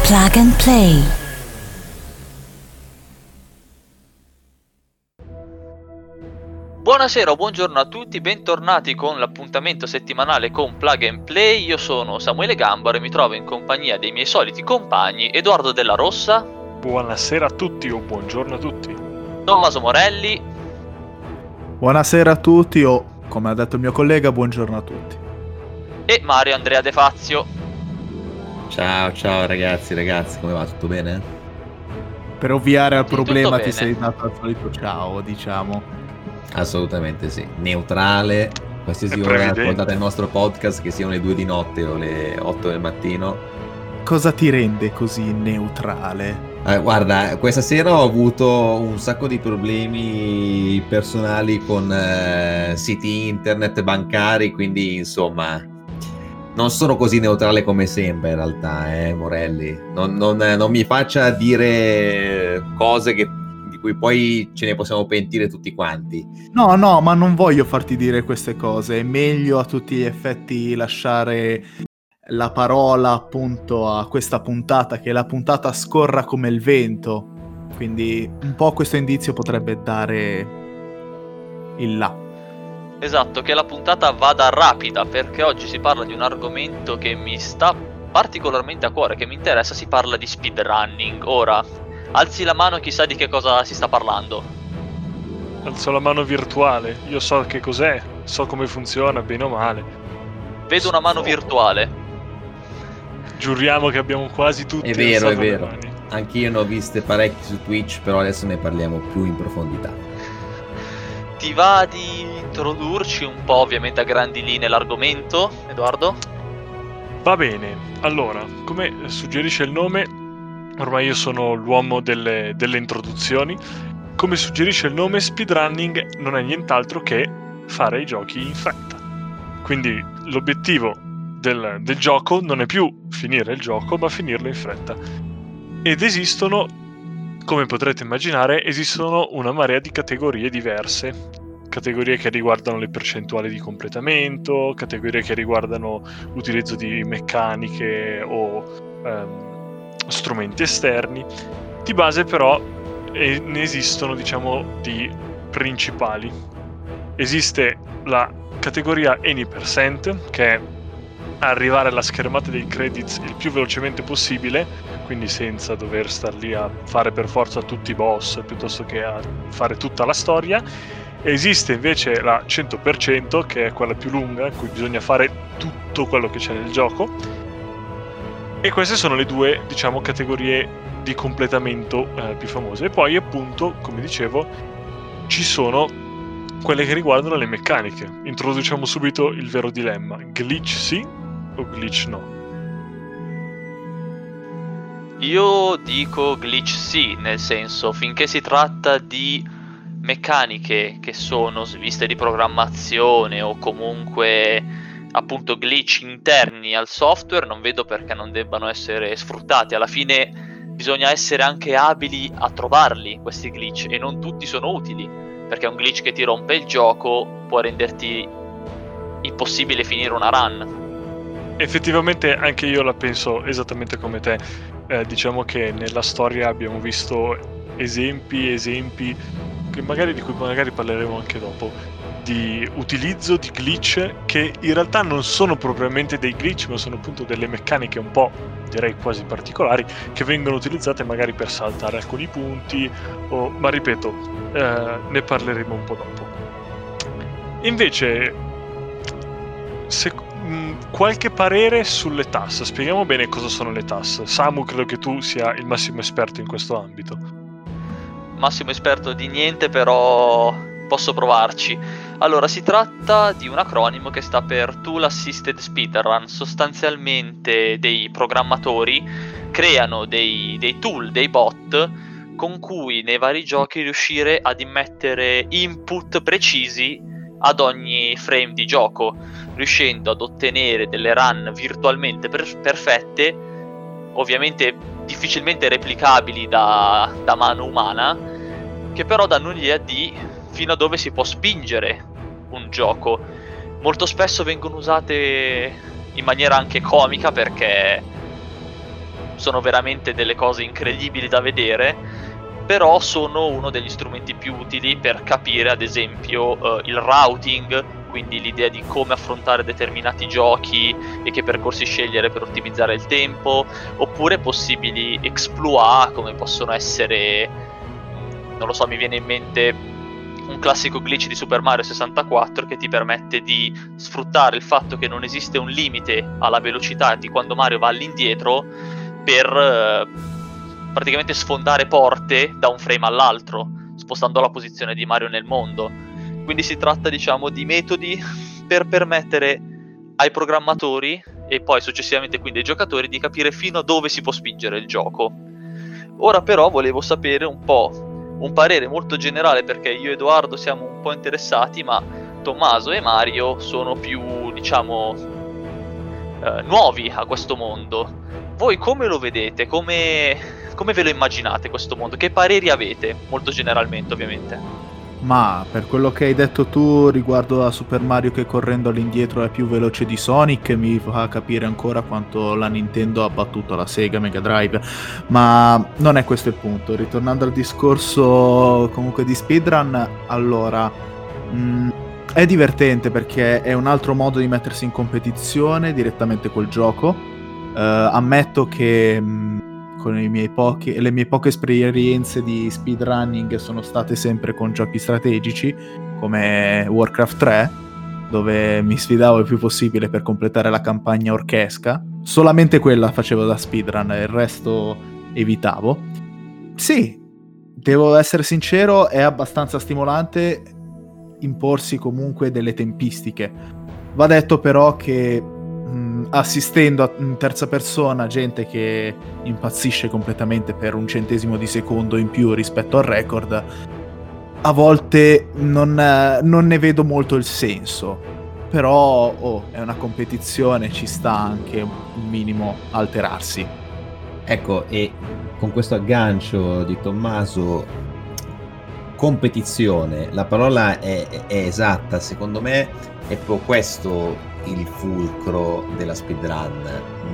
Plug and Play. Buonasera o buongiorno a tutti, bentornati con l'appuntamento settimanale con Plug and Play. Io sono Samuele Gambaro e mi trovo in compagnia dei miei soliti compagni Edoardo Della Rossa. Buonasera a tutti o buongiorno a tutti. Tommaso Morelli. Buonasera a tutti o, come ha detto il mio collega, buongiorno a tutti. E Mario Andrea De Fazio. Ciao ragazzi, come va? Tutto bene? Per ovviare al Sì, problema tutto ti bene. sei dato al solito ciao, diciamo. Assolutamente sì. Neutrale, qualsiasi È ora prevedente. ascoltate il nostro podcast, che siano le 2 di notte o le 8 del mattino. Cosa ti rende così neutrale? Guarda, questa sera ho avuto un sacco di problemi personali con siti internet bancari, quindi insomma non sono così neutrale come sembra in realtà, Morelli. Non mi faccia dire cose di cui poi ce ne possiamo pentire tutti quanti. No, ma non voglio farti dire queste cose. È meglio a tutti gli effetti lasciare la parola appunto a questa puntata, che la puntata scorra come il vento. Quindi un po' questo indizio potrebbe dare il là. Esatto, che la puntata vada rapida, perché oggi si parla di un argomento che mi sta particolarmente a cuore, che mi interessa. Si parla di speedrunning. Ora, alzi la mano chi sa di che cosa si sta parlando. Alzo la mano virtuale, io so che cos'è, so come funziona, bene o male. Vedo una mano virtuale. Giuriamo che abbiamo quasi tutti È vero, alzato è le vero. mani. Anch'io ne ho viste parecchi su Twitch, però adesso ne parliamo più in profondità. Ti va di introdurci un po', ovviamente a grandi linee, l'argomento, Edoardo? Va bene, allora, come suggerisce il nome, ormai io sono l'uomo delle introduzioni. Come suggerisce il nome, speedrunning non è nient'altro che fare i giochi in fretta. Quindi l'obiettivo del gioco non è più finire il gioco, ma finirlo in fretta. Ed esistono, come potrete immaginare, esistono una marea di categorie diverse. Categorie che riguardano le percentuali di completamento, categorie che riguardano l'utilizzo di meccaniche o strumenti esterni. Di base però ne esistono, diciamo, di principali. Esiste la categoria Any Percent, che è arrivare alla schermata dei credits il più velocemente possibile, quindi senza dover star lì a fare per forza tutti i boss piuttosto che a fare tutta la storia. Esiste invece la 100%, che è quella più lunga, in cui bisogna fare tutto quello che c'è nel gioco. E queste sono le due, diciamo, categorie di completamento più famose. E poi, appunto, come dicevo, ci sono quelle che riguardano le meccaniche. Introduciamo subito il vero dilemma: glitch sì o glitch no? Io dico glitch sì, nel senso, finché si tratta di meccaniche che sono sviste di programmazione o comunque appunto glitch interni al software, non vedo perché non debbano essere sfruttati. Alla fine bisogna essere anche abili a trovarli questi glitch, e non tutti sono utili, perché un glitch che ti rompe il gioco può renderti impossibile finire una run. Effettivamente anche io la penso esattamente come te. Diciamo che nella storia abbiamo visto esempi che di cui magari parleremo anche dopo, di utilizzo di glitch che in realtà non sono propriamente dei glitch, ma sono appunto delle meccaniche un po', direi, quasi particolari, che vengono utilizzate magari per saltare alcuni punti ma ripeto, ne parleremo un po' dopo. Invece, qualche parere sulle TAS? Spieghiamo bene cosa sono le TAS. Samu, credo che tu sia il massimo esperto in questo ambito. Massimo esperto di niente, però posso provarci. Allora, si tratta di un acronimo che sta per Tool Assisted Speedrun. Sostanzialmente dei programmatori creano dei tool, dei bot, con cui nei vari giochi riuscire ad immettere input precisi ad ogni frame di gioco, riuscendo ad ottenere delle run virtualmente perfette, ovviamente difficilmente replicabili da mano umana, che però danno un'idea di fino a dove si può spingere un gioco. Molto spesso vengono usate in maniera anche comica, perché sono veramente delle cose incredibili da vedere, però sono uno degli strumenti più utili per capire ad esempio il routing, quindi l'idea di come affrontare determinati giochi e che percorsi scegliere per ottimizzare il tempo, oppure possibili exploit come possono essere, non lo so, mi viene in mente un classico glitch di Super Mario 64 che ti permette di sfruttare il fatto che non esiste un limite alla velocità di quando Mario va all'indietro per praticamente sfondare porte da un frame all'altro, spostando la posizione di Mario nel mondo. Quindi si tratta, diciamo, di metodi per permettere ai programmatori e poi successivamente quindi ai giocatori di capire fino a dove si può spingere il gioco. Ora però volevo sapere un po' un parere molto generale, perché io e Edoardo siamo un po' interessati, ma Tommaso e Mario sono più, diciamo, nuovi a questo mondo. Voi come lo vedete? Come ve lo immaginate questo mondo? Che pareri avete? Molto generalmente, ovviamente. Ma per quello che hai detto tu riguardo a Super Mario che correndo all'indietro è più veloce di Sonic, mi fa capire ancora quanto la Nintendo ha battuto la Sega Mega Drive, ma non è questo il punto. Ritornando al discorso comunque di speedrun, allora è divertente perché è un altro modo di mettersi in competizione direttamente col gioco. Ammetto che con le mie poche esperienze di speedrunning sono state sempre con giochi strategici come Warcraft 3, dove mi sfidavo il più possibile per completare la campagna orchesca. Solamente quella facevo da speedrun, il resto evitavo. Sì, devo essere sincero, è abbastanza stimolante imporsi comunque delle tempistiche. Va detto però che assistendo in terza persona gente che impazzisce completamente per un centesimo di secondo in più rispetto al record, a volte non ne vedo molto il senso. Però è una competizione, ci sta anche un minimo alterarsi. Ecco, e con questo aggancio di Tommaso, competizione, la parola è esatta, secondo me è proprio questo il fulcro della speedrun.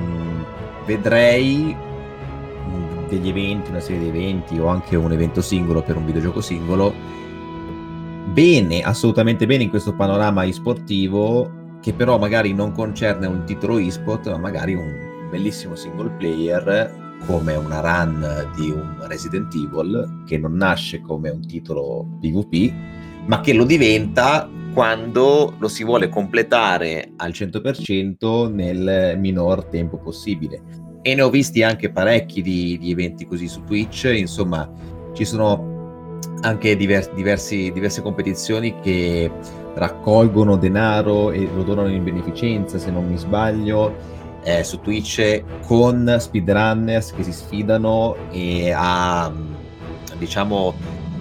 Vedrei degli eventi, una serie di eventi o anche un evento singolo per un videogioco singolo bene, assolutamente bene in questo panorama e-sportivo, che però magari non concerne un titolo e-sport, ma magari un bellissimo single player come una run di un Resident Evil, che non nasce come un titolo PvP, ma che lo diventa quando lo si vuole completare al 100% nel minor tempo possibile. E ne ho visti anche parecchi di eventi così su Twitch. Insomma, ci sono anche diverse competizioni che raccolgono denaro e lo donano in beneficenza, se non mi sbaglio, su Twitch, con speedrunners che si sfidano e a, diciamo,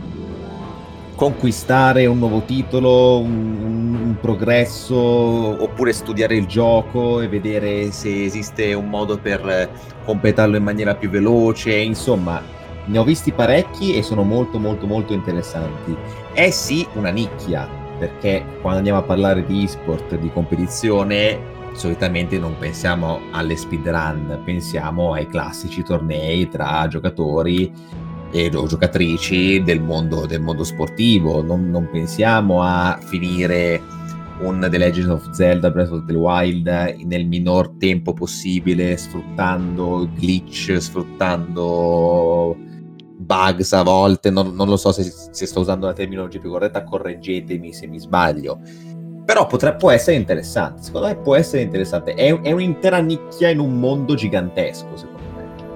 conquistare un nuovo titolo, un progresso, oppure studiare il gioco e vedere se esiste un modo per completarlo in maniera più veloce. Insomma, ne ho visti parecchi e sono molto molto molto interessanti. È sì una nicchia, perché quando andiamo a parlare di e-sport, di competizione, solitamente non pensiamo alle speedrun, pensiamo ai classici tornei tra giocatori o giocatrici del mondo sportivo. Non pensiamo a finire un The Legend of Zelda Breath of the Wild nel minor tempo possibile, sfruttando glitch, sfruttando bugs a volte. Non lo so se sto usando la terminologia più corretta, correggetemi se mi sbaglio, però può essere interessante. Secondo me può essere interessante. È un'intera nicchia in un mondo gigantesco, secondo me.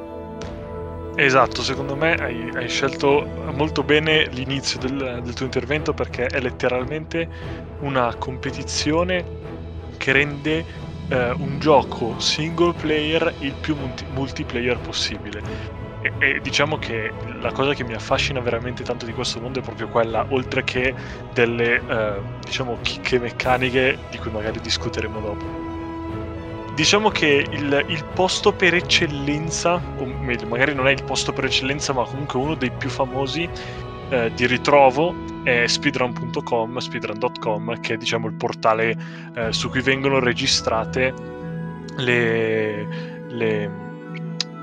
Esatto, secondo me hai scelto molto bene l'inizio del tuo intervento, perché è letteralmente una competizione che rende un gioco single player il più multiplayer possibile. E diciamo che la cosa che mi affascina veramente tanto di questo mondo è proprio quella, oltre che delle diciamo chicche meccaniche di cui magari discuteremo dopo. Diciamo che il posto per eccellenza, o meglio, magari non è il posto per eccellenza, ma comunque uno dei più famosi di ritrovo è speedrun.com, che è, diciamo, il portale su cui vengono registrate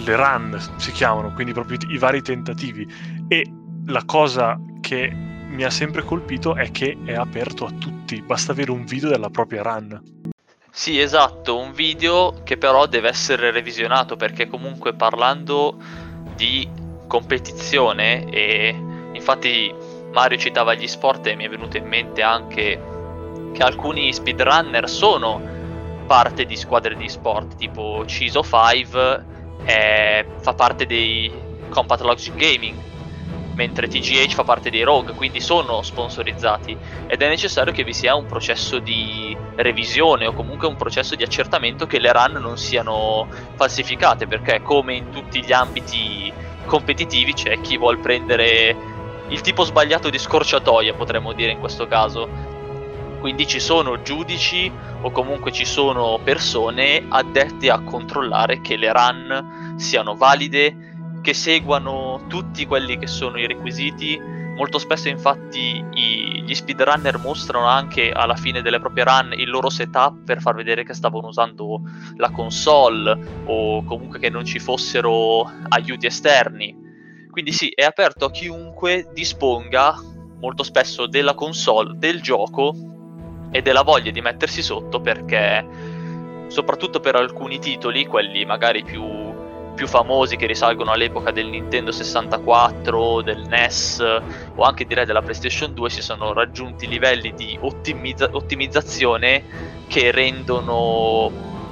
le run si chiamano, quindi proprio i vari tentativi. E la cosa che mi ha sempre colpito è che è aperto a tutti, basta avere un video della propria run. Sì, esatto, un video che però deve essere revisionato, perché comunque parlando di competizione, e infatti Mario citava gli sport e mi è venuto in mente anche che alcuni speedrunner sono parte di squadre di sport, tipo Ciso 5 fa parte dei Combat Logic Gaming, mentre TGH fa parte dei Rogue, quindi sono sponsorizzati, ed è necessario che vi sia un processo di revisione o comunque un processo di accertamento che le run non siano falsificate, perché come in tutti gli ambiti competitivi c'è chi vuol prendere il tipo sbagliato di scorciatoia, potremmo dire in questo caso. Quindi ci sono giudici o comunque ci sono persone addette a controllare che le run siano valide, che seguano tutti quelli che sono i requisiti. Molto spesso infatti gli speedrunner mostrano anche alla fine delle proprie run il loro setup per far vedere che stavano usando la console o comunque che non ci fossero aiuti esterni. Quindi sì, è aperto a chiunque disponga molto spesso della console, del gioco e della voglia di mettersi sotto, perché soprattutto per alcuni titoli, quelli magari più famosi che risalgono all'epoca del Nintendo 64, del NES o anche direi della PlayStation 2, si sono raggiunti livelli di ottimizzazione che rendono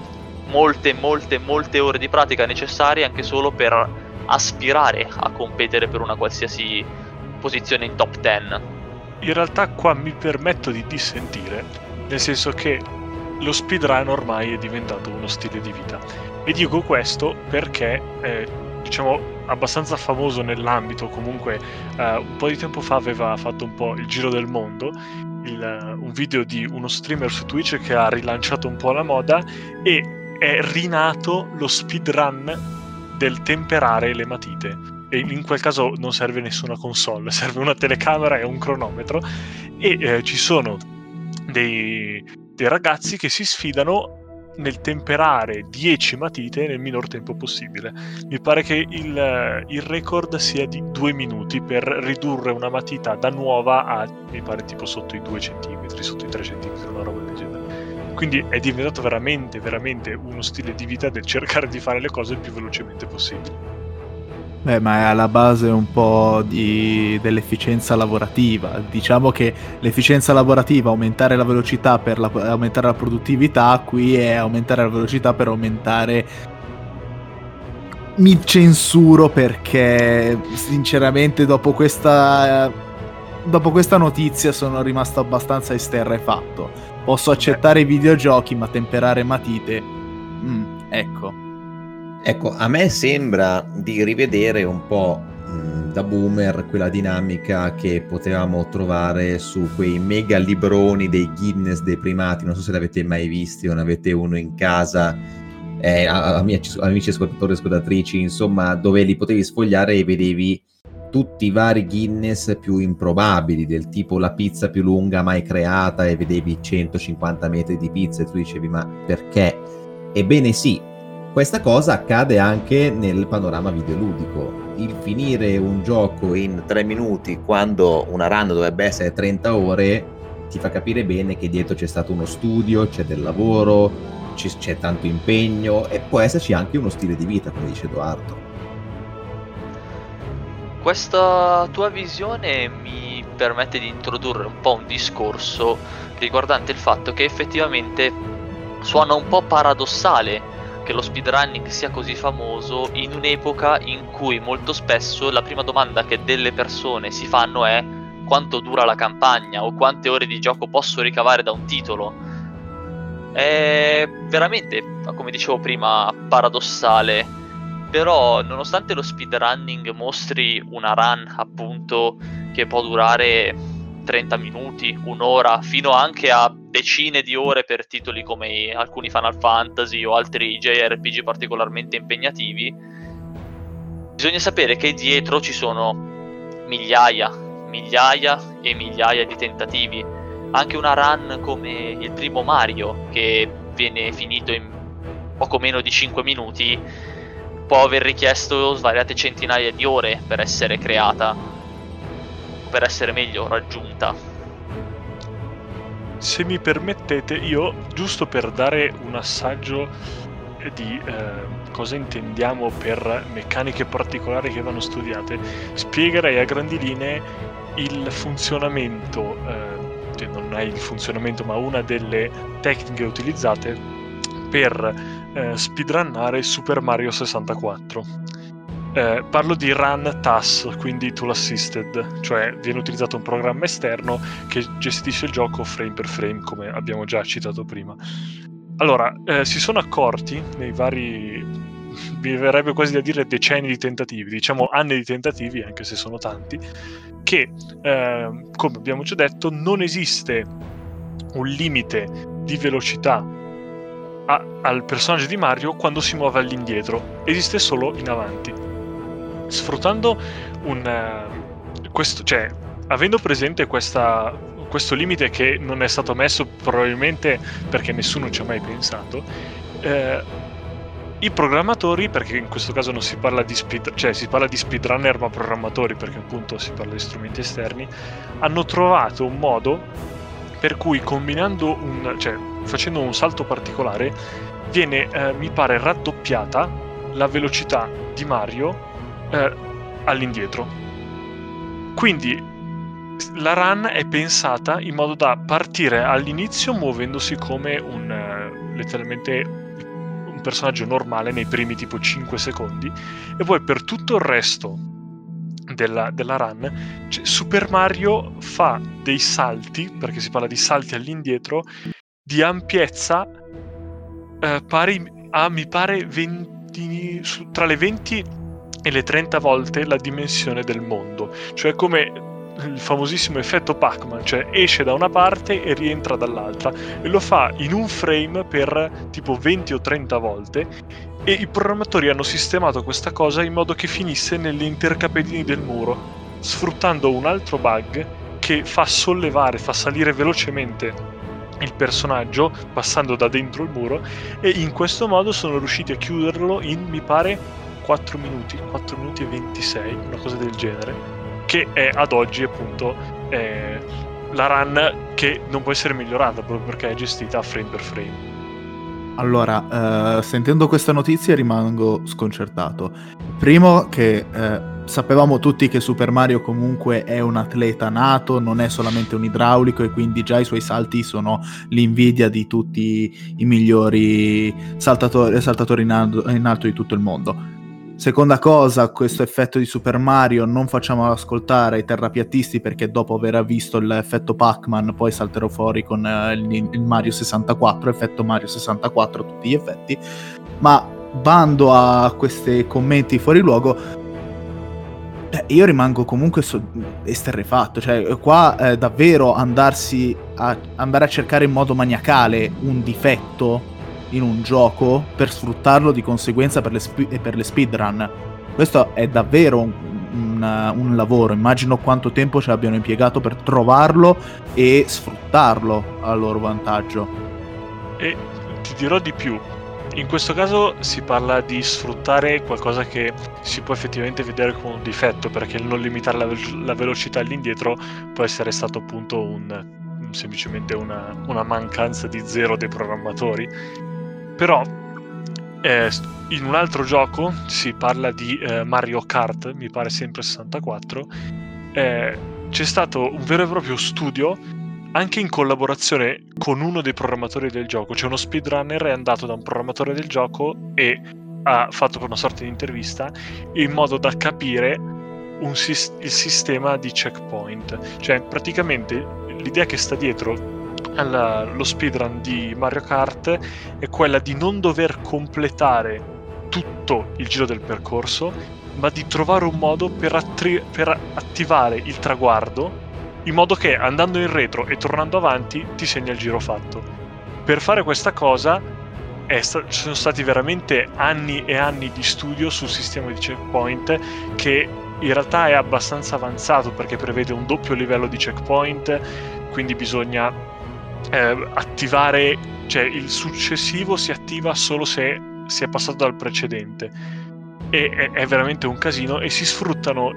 molte ore di pratica necessarie anche solo per aspirare a competere per una qualsiasi posizione in top 10. In realtà qua mi permetto di dissentire, nel senso che lo speedrun ormai è diventato uno stile di vita. E dico questo perché diciamo abbastanza famoso nell'ambito, comunque un po' di tempo fa aveva fatto un po' il giro del mondo un video di uno streamer su Twitch che ha rilanciato un po' la moda, e è rinato lo speedrun del temperare le matite. E in quel caso non serve nessuna console, serve una telecamera e un cronometro, e ci sono dei ragazzi che si sfidano nel temperare 10 matite nel minor tempo possibile. Mi pare che il record sia di 2 minuti per ridurre una matita da nuova a, mi pare, tipo sotto i 2 centimetri, sotto i 3 centimetri, una roba del genere. Quindi è diventato veramente uno stile di vita del cercare di fare le cose il più velocemente possibile. Beh, ma è alla base un po' dell'efficienza lavorativa. Diciamo che l'efficienza lavorativa, aumentare la velocità per aumentare la produttività, qui è aumentare la velocità per aumentare... Mi censuro perché sinceramente dopo questa notizia sono rimasto abbastanza esterrefatto. Posso accettare i videogiochi, ma temperare matite... ecco. Ecco, a me sembra di rivedere un po' da boomer quella dinamica che potevamo trovare su quei mega libroni dei Guinness dei primati. Non so se l'avete mai visti o ne avete uno in casa, amici ascoltatori e ascoltatrici, insomma, dove li potevi sfogliare e vedevi tutti i vari Guinness più improbabili, del tipo la pizza più lunga mai creata, e vedevi 150 metri di pizza e tu dicevi ma perché? Ebbene sì, questa cosa accade anche nel panorama videoludico. Il finire un gioco in 3 minuti quando una run dovrebbe essere 30 ore ti fa capire bene che dietro c'è stato uno studio, c'è del lavoro, c'è tanto impegno, e può esserci anche uno stile di vita, come dice Edoardo. Questa tua visione mi permette di introdurre un po' un discorso riguardante il fatto che effettivamente suona un po' paradossale che lo speedrunning sia così famoso in un'epoca in cui molto spesso la prima domanda che delle persone si fanno è quanto dura la campagna o quante ore di gioco posso ricavare da un titolo. È veramente, come dicevo prima, paradossale, però nonostante lo speedrunning mostri una run appunto che può durare 30 minuti, un'ora, fino anche a decine di ore per titoli come alcuni Final Fantasy o altri JRPG particolarmente impegnativi, bisogna sapere che dietro ci sono migliaia e migliaia di tentativi. Anche una run come il primo Mario, che viene finito in poco meno di 5 minuti, dopo aver richiesto svariate centinaia di ore per essere creata, per essere meglio raggiunta. Se mi permettete, io, giusto per dare un assaggio di cosa intendiamo per meccaniche particolari che vanno studiate, spiegherei a grandi linee il funzionamento, cioè non è il funzionamento ma una delle tecniche utilizzate per speedrunnare Super Mario 64. Parlo di Run TAS, quindi Tool Assisted, cioè viene utilizzato un programma esterno che gestisce il gioco frame per frame, come abbiamo già citato prima. Allora, si sono accorti nei vari, mi verrebbe quasi da dire decenni di tentativi, diciamo anni di tentativi, anche se sono tanti, che, come abbiamo già detto, non esiste un limite di velocità al personaggio di Mario quando si muove all'indietro, esiste solo in avanti. Sfruttando avendo presente questo limite che non è stato messo probabilmente perché nessuno ci ha mai pensato, i programmatori, perché in questo caso non si parla di si parla di speedrunner ma programmatori, perché appunto si parla di strumenti esterni, hanno trovato un modo per cui combinando facendo un salto particolare viene mi pare raddoppiata la velocità di Mario all'indietro. Quindi la run è pensata in modo da partire all'inizio muovendosi come letteralmente un personaggio normale nei primi tipo 5 secondi, e poi per tutto il resto della run Super Mario fa dei salti, perché si parla di salti all'indietro, di ampiezza pari a mi pare tra le 20 e le 30 volte la dimensione del mondo, cioè come il famosissimo effetto Pac-Man, cioè esce da una parte e rientra dall'altra, e lo fa in un frame per tipo 20 o 30 volte, e i programmatori hanno sistemato questa cosa in modo che finisse nelle intercapedini del muro, sfruttando un altro bug che fa salire velocemente il personaggio passando da dentro il muro, e in questo modo sono riusciti a chiuderlo in mi pare 4 minuti e 26, una cosa del genere, che è ad oggi appunto la run che non può essere migliorata proprio perché è gestita frame per frame. Allora, sentendo questa notizia rimango sconcertato. Primo che sapevamo tutti che Super Mario comunque è un atleta nato, non è solamente un idraulico, e quindi già i suoi salti sono l'invidia di tutti i migliori saltatori in alto di tutto il mondo. Seconda cosa, questo effetto di Super Mario non facciamo ascoltare ai terrapiattisti, perché dopo aver visto l'effetto Pac-Man poi salterò fuori con il Mario 64, effetto Mario 64 a tutti gli effetti. Ma bando a questi commenti fuori luogo, io rimango comunque esterrefatto. Cioè qua davvero andare a cercare in modo maniacale un difetto in un gioco per sfruttarlo di conseguenza per le speedrun. Questo è davvero un lavoro. Immagino quanto tempo ci abbiano impiegato per trovarlo e sfruttarlo a loro vantaggio. E ti dirò di più, in questo caso si parla di sfruttare qualcosa che si può effettivamente vedere come un difetto, perché il non limitare la velocità all'indietro può essere stato appunto semplicemente una mancanza di zero dei programmatori. Però in un altro gioco, si parla di Mario Kart, mi pare sempre 64, c'è stato un vero e proprio studio anche in collaborazione con uno dei programmatori del gioco. Cioè uno speedrunner è andato da un programmatore del gioco e ha fatto una sorta di intervista in modo da capire il sistema di checkpoint. Cioè praticamente l'idea che sta dietro lo speedrun di Mario Kart è quella di non dover completare tutto il giro del percorso, ma di trovare un modo per attivare il traguardo, in modo che andando in retro e tornando avanti ti segna il giro fatto. Per fare questa cosa ci sono stati veramente anni e anni di studio sul sistema di checkpoint, che in realtà è abbastanza avanzato perché prevede un doppio livello di checkpoint, quindi bisogna attivare, cioè il successivo si attiva solo se si è passato dal precedente. è veramente un casino, e si sfruttano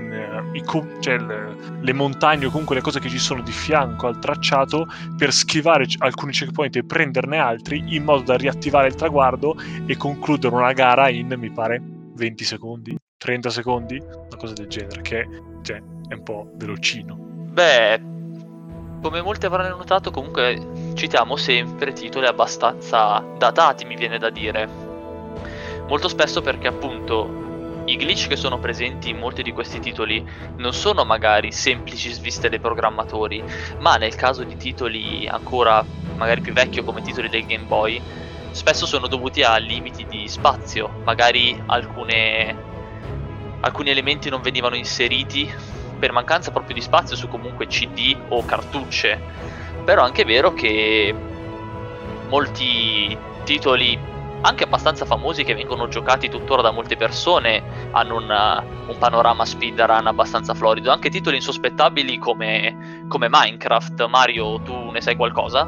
le montagne o comunque le cose che ci sono di fianco al tracciato per schivare alcuni checkpoint e prenderne altri, in modo da riattivare il traguardo e concludere una gara in, mi pare, 20 secondi, 30 secondi, una cosa del genere, che è un po' velocino. Beh, come molti avranno notato, comunque citiamo sempre titoli abbastanza datati, mi viene da dire. Molto spesso perché appunto i glitch che sono presenti in molti di questi titoli non sono magari semplici sviste dai programmatori, ma nel caso di titoli ancora magari più vecchi come titoli del Game Boy, spesso sono dovuti a limiti di spazio. Magari alcuni elementi non venivano inseriti per mancanza proprio di spazio su comunque CD o cartucce. Però è anche vero che molti titoli anche abbastanza famosi, che vengono giocati tuttora da molte persone, hanno un panorama speedrun abbastanza florido. Anche titoli insospettabili come Minecraft. Mario, tu ne sai qualcosa?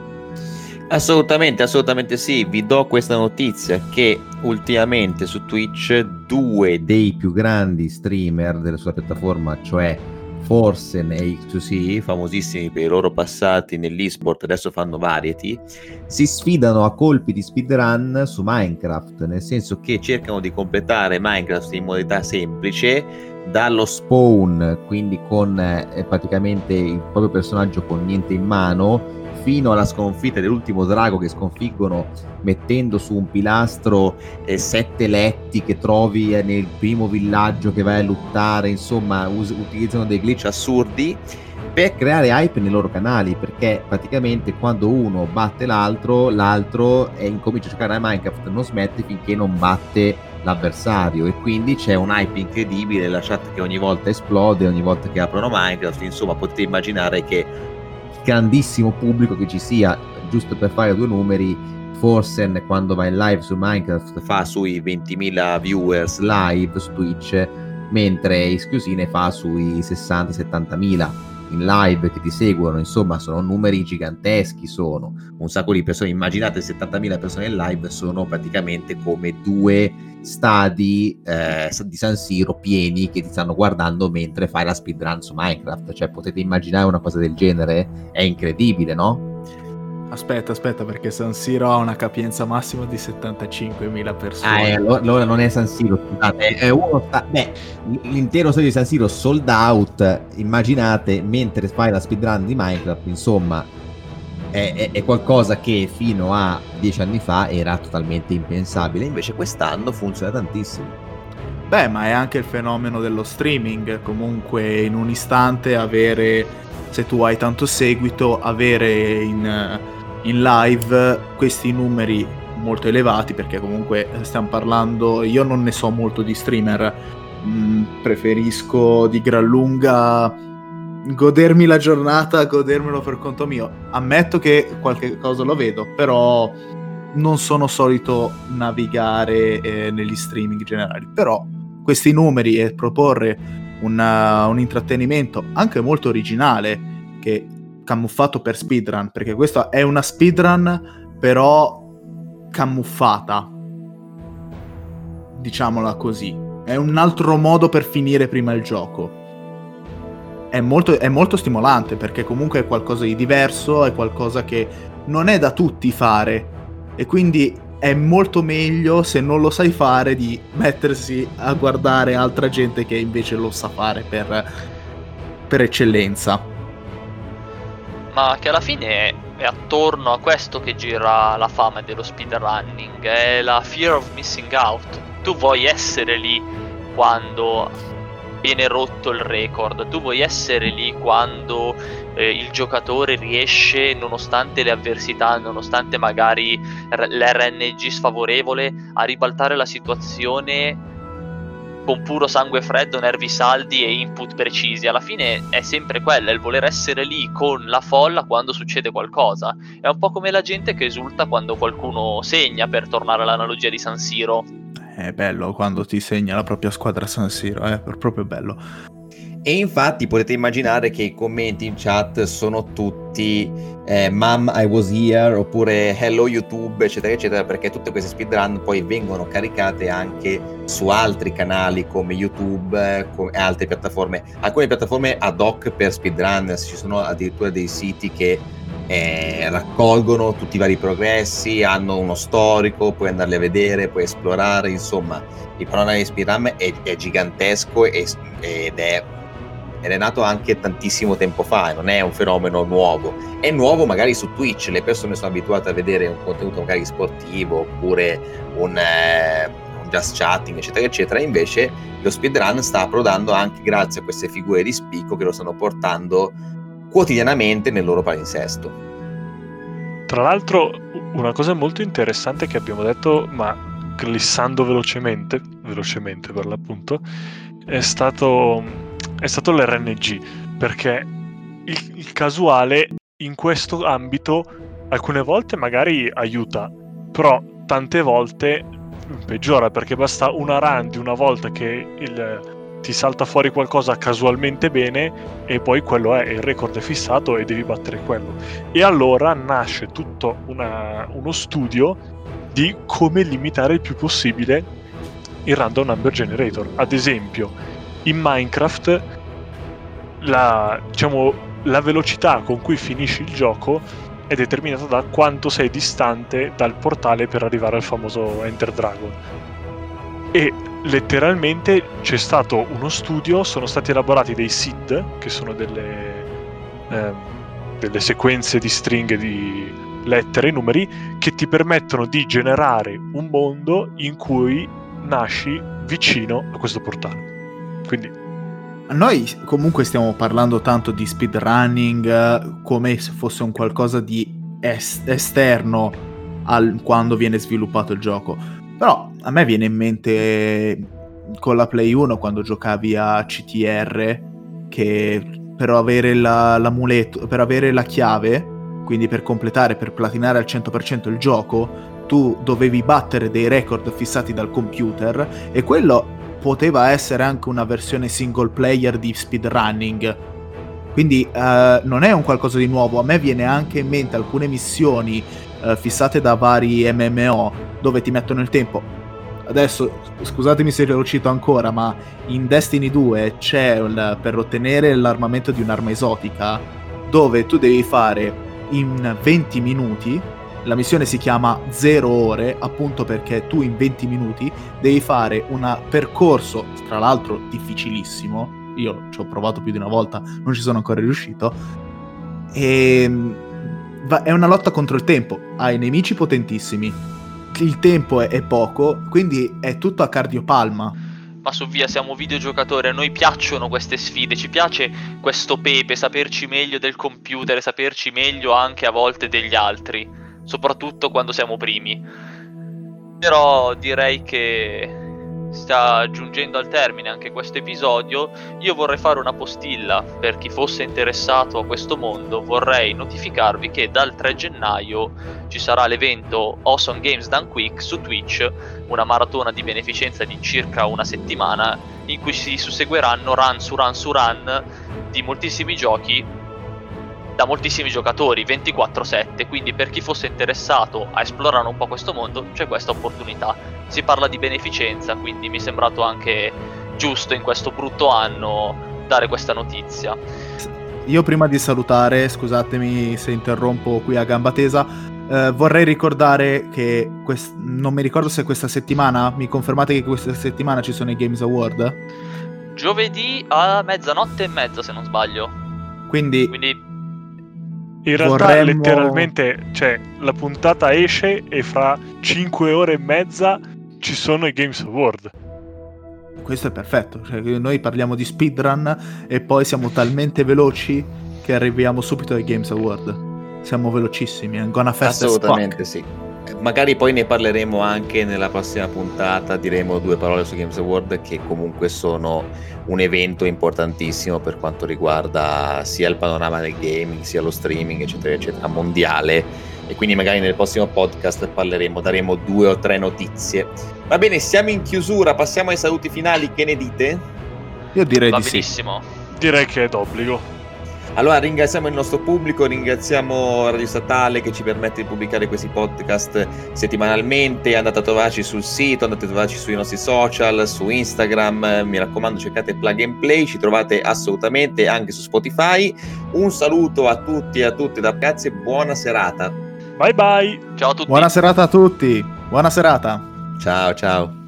Assolutamente sì. Vi do questa notizia che ultimamente su Twitch 2 dei più grandi streamer della sua piattaforma, cioè Forsen e X2C, famosissimi per i loro passati nell'esport, adesso fanno variety, si sfidano a colpi di speedrun su Minecraft, nel senso che cercano di completare Minecraft in modalità semplice, dallo spawn, quindi con praticamente il proprio personaggio con niente in mano, fino alla sconfitta dell'ultimo drago che sconfiggono mettendo su un pilastro 7 letti che trovi nel primo villaggio che vai a lottare. Insomma, utilizzano dei glitch assurdi per creare hype nei loro canali, perché praticamente quando uno batte l'altro incomincia a giocare a Minecraft, non smette finché non batte l'avversario, e quindi c'è un hype incredibile, la chat che ogni volta esplode ogni volta che aprono Minecraft. Insomma, potete immaginare che grandissimo pubblico che ci sia. Giusto per fare due numeri, Forsen quando va in live su Minecraft fa sui 20.000 viewers live su Twitch, mentre Exclusi ne fa sui 60-70.000 in live che ti seguono. Insomma, sono numeri giganteschi, sono un sacco di persone. Immaginate 70.000 persone in live, sono praticamente come 2 stadi di San Siro pieni che ti stanno guardando mentre fai la speedrun su Minecraft. Cioè, potete immaginare una cosa del genere? È incredibile, no? Aspetta, perché San Siro ha una capienza massima di 75.000 persone. Allora non è San Siro, scusate, l'intero stadio di San Siro sold out. Immaginate mentre fai la speedrun di Minecraft. Insomma, è qualcosa che fino a 10 anni fa era totalmente impensabile, invece quest'anno funziona tantissimo. Beh, ma è anche il fenomeno dello streaming. Comunque in un istante avere, se tu hai tanto seguito, avere in live questi numeri molto elevati, perché comunque stiamo parlando, io non ne so molto di streamer, preferisco di gran lunga godermi la giornata, godermelo per conto mio. Ammetto che qualche cosa lo vedo, però non sono solito navigare negli streaming generali. Però questi numeri e proporre un intrattenimento anche molto originale, che camuffato per speedrun, perché questa è una speedrun però camuffata, diciamola così, è un altro modo per finire prima il gioco. È molto stimolante, perché comunque è qualcosa di diverso, è qualcosa che non è da tutti fare, e quindi è molto meglio, se non lo sai fare, di mettersi a guardare altra gente che invece lo sa fare per eccellenza. Ma che alla fine è attorno a questo che gira la fama dello speedrunning, è la fear of missing out. Tu vuoi essere lì quando viene rotto il record, tu vuoi essere lì quando il giocatore riesce, nonostante le avversità, nonostante magari l'RNG sfavorevole, a ribaltare la situazione con puro sangue freddo, nervi saldi e input precisi. Alla fine è sempre quella, il voler essere lì con la folla quando succede qualcosa. È un po' come la gente che esulta quando qualcuno segna, per tornare all'analogia di San Siro. È bello quando ti segna la propria squadra a San Siro, è proprio bello. E infatti potete immaginare che i commenti in chat sono tutti Mom I was here, oppure Hello YouTube, eccetera eccetera, perché tutte queste speedrun poi vengono caricate anche su altri canali come YouTube, come altre piattaforme, alcune piattaforme ad hoc per speedrun. Ci sono addirittura dei siti che raccolgono tutti i vari progressi, hanno uno storico, puoi andarli a vedere, puoi esplorare. Insomma, il panorama di speedrun è gigantesco ed è nato anche tantissimo tempo fa, non è un fenomeno nuovo. È nuovo magari su Twitch, le persone sono abituate a vedere un contenuto magari sportivo oppure un just chatting, eccetera eccetera. Invece lo speedrun sta approdando anche grazie a queste figure di spicco che lo stanno portando quotidianamente nel loro palinsesto. Tra l'altro, una cosa molto interessante che abbiamo detto, ma glissando velocemente per l'appunto, è stato l'RNG, perché il casuale in questo ambito alcune volte magari aiuta, però tante volte peggiora, perché basta una run di una volta che ti salta fuori qualcosa casualmente bene e poi quello è, il record è fissato e devi battere quello. E allora nasce tutto uno studio di come limitare il più possibile il random number generator. Ad esempio, in Minecraft la velocità con cui finisci il gioco è determinata da quanto sei distante dal portale per arrivare al famoso Ender Dragon. E letteralmente c'è stato uno studio, sono stati elaborati dei seed, che sono delle sequenze di stringhe di lettere e numeri che ti permettono di generare un mondo in cui nasci vicino a questo portale. Quindi noi comunque stiamo parlando tanto di speedrunning come se fosse un qualcosa di esterno quando viene sviluppato il gioco. Però a me viene in mente con la Play 1 quando giocavi a CTR, che per avere l'amuleto, per avere la chiave, quindi per platinare al 100% il gioco, tu dovevi battere dei record fissati dal computer, e quello poteva essere anche una versione single player di speedrunning. Quindi non è un qualcosa di nuovo. A me viene anche in mente alcune missioni fissate da vari MMO dove ti mettono il tempo. Adesso scusatemi se lo cito ancora, ma in Destiny 2 c'è per ottenere l'armamento di un'arma esotica, dove tu devi fare in 20 minuti, la missione si chiama 0 ore appunto perché tu in 20 minuti devi fare un percorso, tra l'altro difficilissimo, io ci ho provato più di una volta, non ci sono ancora riuscito, e è una lotta contro il tempo, hai nemici potentissimi, il tempo è poco, quindi è tutto a cardiopalma. Ma su via, siamo videogiocatori, a noi piacciono queste sfide, ci piace questo pepe, saperci meglio del computer, saperci meglio anche a volte degli altri, soprattutto quando siamo primi. Però direi che sta giungendo al termine anche questo episodio. Io vorrei fare una postilla per chi fosse interessato a questo mondo. Vorrei notificarvi che dal 3 gennaio ci sarà l'evento Awesome Games Done Quick su Twitch, una maratona di beneficenza di circa una settimana in cui si susseguiranno run su run su run di moltissimi giochi da moltissimi giocatori 24/7, quindi per chi fosse interessato a esplorare un po' questo mondo c'è questa opportunità. Si parla di beneficenza, quindi mi è sembrato anche giusto in questo brutto anno dare questa notizia. Io prima di salutare, scusatemi se interrompo qui a gamba tesa, vorrei ricordare che non mi ricordo se questa settimana, mi confermate che questa settimana ci sono i Games Award? Giovedì a 00:30 se non sbaglio. Quindi in realtà letteralmente, cioè, la puntata esce e fra 5 ore e mezza ci sono i Games Award. Questo è perfetto, cioè, noi parliamo di speedrun e poi siamo talmente veloci che arriviamo subito ai Games Award. Siamo velocissimi, I'm gonna fast assolutamente as fuck. Sì. Magari poi ne parleremo anche nella prossima puntata, diremo 2 parole su Games Award, che comunque sono un evento importantissimo per quanto riguarda sia il panorama del gaming, sia lo streaming, eccetera eccetera, mondiale, e quindi magari nel prossimo podcast daremo 2 o 3 notizie. Va bene, siamo in chiusura, passiamo ai saluti finali, che ne dite? Io direi Va di benissimo. sì. direi che è d'obbligo. Allora ringraziamo il nostro pubblico, ringraziamo Radio Statale che ci permette di pubblicare questi podcast settimanalmente. Andate a trovarci sul sito, andate a trovarci sui nostri social, su Instagram, mi raccomando cercate Plug and Play, ci trovate assolutamente anche su Spotify. Un saluto a tutti e a tutte da ragazzi e buona serata. Bye bye. Ciao a tutti. Buona serata a tutti. Buona serata. Ciao ciao.